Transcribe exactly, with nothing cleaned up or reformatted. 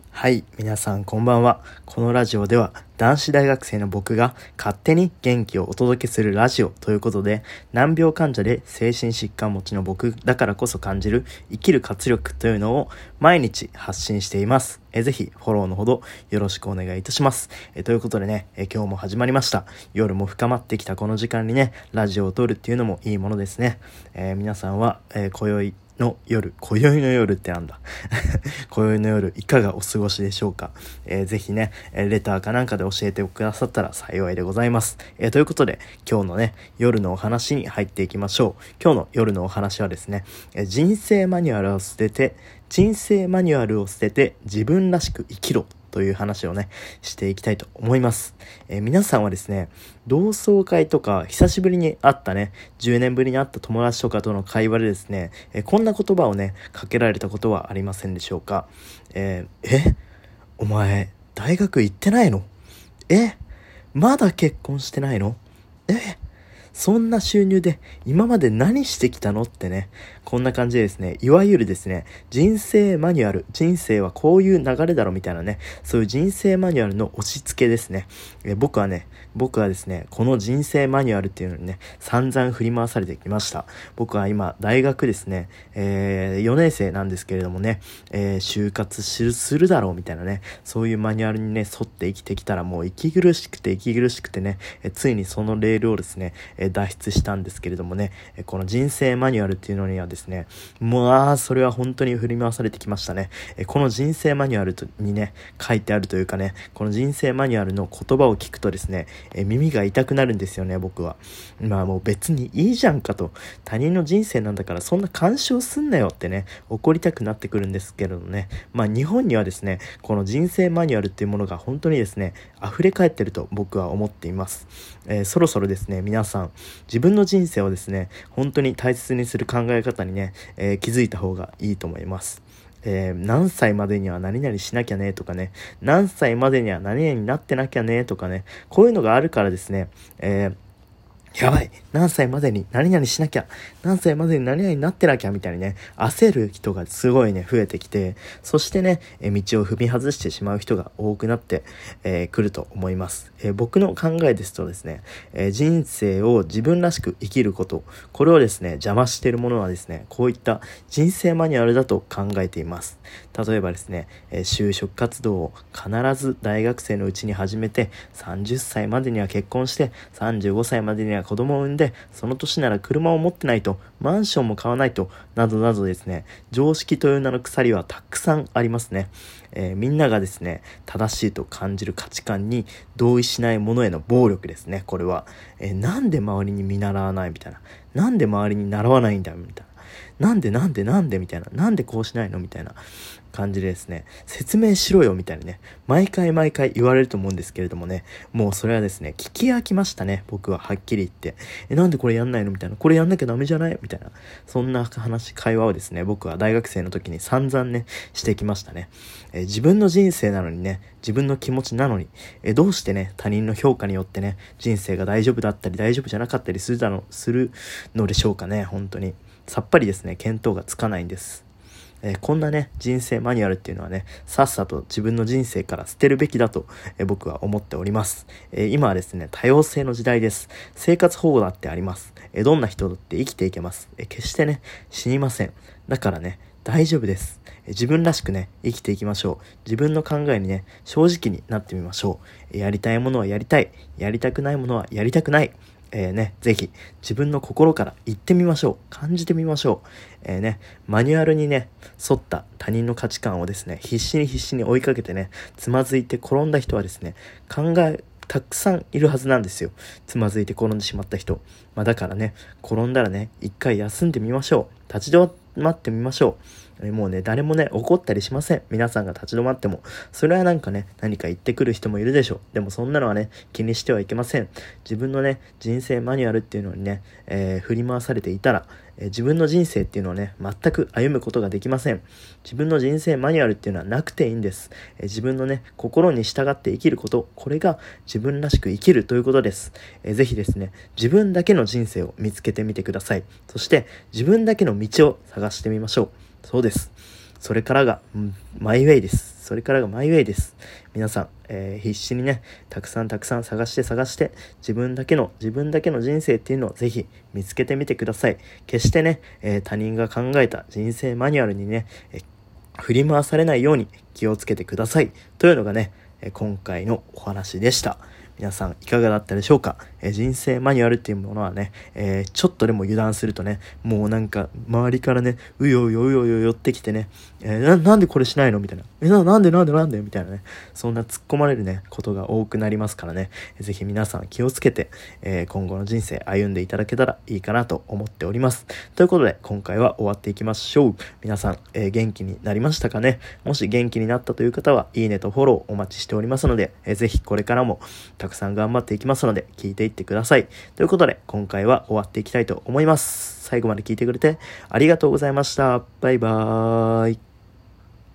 はい、皆さんこんばんは。このラジオでは男子大学生の僕が勝手に元気をお届けするラジオということで、難病患者で精神疾患持ちの僕だからこそ感じる生きる活力というのを毎日発信しています。えぜひフォローのほどよろしくお願いいたします。えということでねえ、今日も始まりました。夜も深まってきたこの時間にね、ラジオを撮るっていうのもいいものですね。えー、皆さんは、えー、今宵の夜、今宵の夜ってなんだ今宵の夜いかがお過ごしでしょうか。えー、ぜひねレターかなんかで教えてくださったら幸いでございます。えー、ということで今日のね夜のお話に入っていきましょう。今日の夜のお話はですね、えー、人生マニュアルを捨てて人生マニュアルを捨てて自分らしく生きろという話をねしていきたいと思います。えー、皆さんはですね、同窓会とか久しぶりに会ったねじゅうねんぶりに会った友達とかとの会話でですね、えー、こんな言葉をねかけられたことはありませんでしょうか。えー、えお前大学行ってないの？えまだ結婚してないの？えそんな収入で今まで何してきたのってね、こんな感じでですね、いわゆるですね、人生マニュアル、人生はこういう流れだろみたいなね、そういう人生マニュアルの押し付けですね。え僕はね、僕はですね、この人生マニュアルっていうのにね、散々振り回されてきました。僕は今、大学ですね、えー、よねん生なんですけれどもね、えー、就活するだろうみたいなね、そういうマニュアルにね、沿って生きてきたらもう息苦しくて息苦しくてね、えついにそのレールをですね、脱出したんですけれどもね、この人生マニュアルっていうのにはですね、まあそれは本当に振り回されてきましたね。この人生マニュアルにね書いてあるというかね、この人生マニュアルの言葉を聞くとですね、耳が痛くなるんですよね。僕はまあもう別にいいじゃんかと、他人の人生なんだからそんな干渉すんなよってね怒りたくなってくるんですけれどもね、まあ日本にはですねこの人生マニュアルっていうものが本当にですね溢れ返ってると僕は思っています。えー、そろそろですね皆さん自分の人生をですね本当に大切にする考え方にね、えー、気づいた方がいいと思います。えー、何歳までには何々しなきゃねとかね、何歳までには何々になってなきゃねとかね、こういうのがあるからですね、えーやばい何歳までに何々しなきゃ、何歳までに何々になってなきゃみたいにね焦る人がすごいね増えてきて、そしてねえ道を踏み外してしまう人が多くなってく、えー、ると思います。えー、僕の考えですとですね、えー、人生を自分らしく生きること、これをですね邪魔しているものはですねこういった人生マニュアルだと考えています。例えばですね、えー、就職活動を必ず大学生のうちに始めて、さんじゅっさいまでには結婚して、さんじゅうごさいまでには子供を産んで、その年なら車を持ってないと、マンションも買わないと、などなどですね、常識という名の鎖はたくさんありますね。えー、みんながですね正しいと感じる価値観に同意しないものへの暴力ですね。これは、えー、なんで周りに見習わないみたいな、なんで周りに習わないんだみたいな、なんでなんでなんでみたいな、なんでこうしないのみたいな感じでですね、説明しろよみたいなね、毎回毎回言われると思うんですけれどもね、もうそれはですね聞き飽きましたね。僕ははっきり言って、えなんでこれやんないのみたいな、これやんなきゃダメじゃないみたいな、そんな話会話をですね僕は大学生の時に散々ねしてきましたね。え自分の人生なのにね、自分の気持ちなのに、えどうしてね他人の評価によってね人生が大丈夫だったり大丈夫じゃなかったりするだろうするのでしょうかね。本当にさっぱりですね見当がつかないんです。えー、こんなね人生マニュアルっていうのはねさっさと自分の人生から捨てるべきだと、えー、僕は思っております。えー、今はですね多様性の時代です。生活保護だってあります。えー、どんな人だって生きていけます。えー、決してね死にません。だからね大丈夫です。えー、自分らしくね生きていきましょう。自分の考えにね正直になってみましょう。えー、やりたいものはやりたい、やりたくないものはやりたくない。えーね、ぜひ自分の心から言ってみましょう。感じてみましょう。えーね、マニュアルにね沿った他人の価値観をですね必死に必死に追いかけてねつまずいて転んだ人はですね考えたくさんいるはずなんですよ。つまずいて転んでしまった人、まあ、だからね転んだらね一回休んでみましょう。立ち止まってみましょう。もうね誰もね怒ったりしません。皆さんが立ち止まってもそれはなんかね何か言ってくる人もいるでしょう。でもそんなのはね気にしてはいけません。自分のね人生マニュアルっていうのにね、えー、振り回されていたら、えー、自分の人生っていうのをね全く歩むことができません。自分の人生マニュアルっていうのはなくていいんです。えー、自分のね心に従って生きること、これが自分らしく生きるということです。えー、ぜひですね自分だけの人生を見つけてみてください。そして自分だけの道を探してみましょう。そうです。それからがマイウェイです。 それからがマイウェイです。皆さん、えー必死にね、たくさんたくさん探して探して、自分だけの、自分だけの人生っていうのをぜひ見つけてみてください。決してね、えー他人が考えた人生マニュアルにね、えー振り回されないように気をつけてください。というのがね、えー今回のお話でした。皆さんいかがだったでしょうか。えー人生マニュアルっていうものはね、えーちょっとでも油断するとね、もうなんか周りからね、うようようようよ寄ってきてね、えーな、なんでこれしないのみたいな。えな、なんでなんでなんでみたいなね、そんな突っ込まれるね、ことが多くなりますからね、えーぜひ皆さん気をつけて、えー今後の人生歩んでいただけたらいいかなと思っております。ということで、今回は終わっていきましょう。皆さん、えー元気になりましたかね。もし元気になったという方は、いいねとフォローお待ちしておりますので、えーぜひこれからもたくさん頑張っていきますので、聞いていってください。ということで、今回は終わっていきたいと思います。最後まで聞いてくれてありがとうございました。バイバーイ。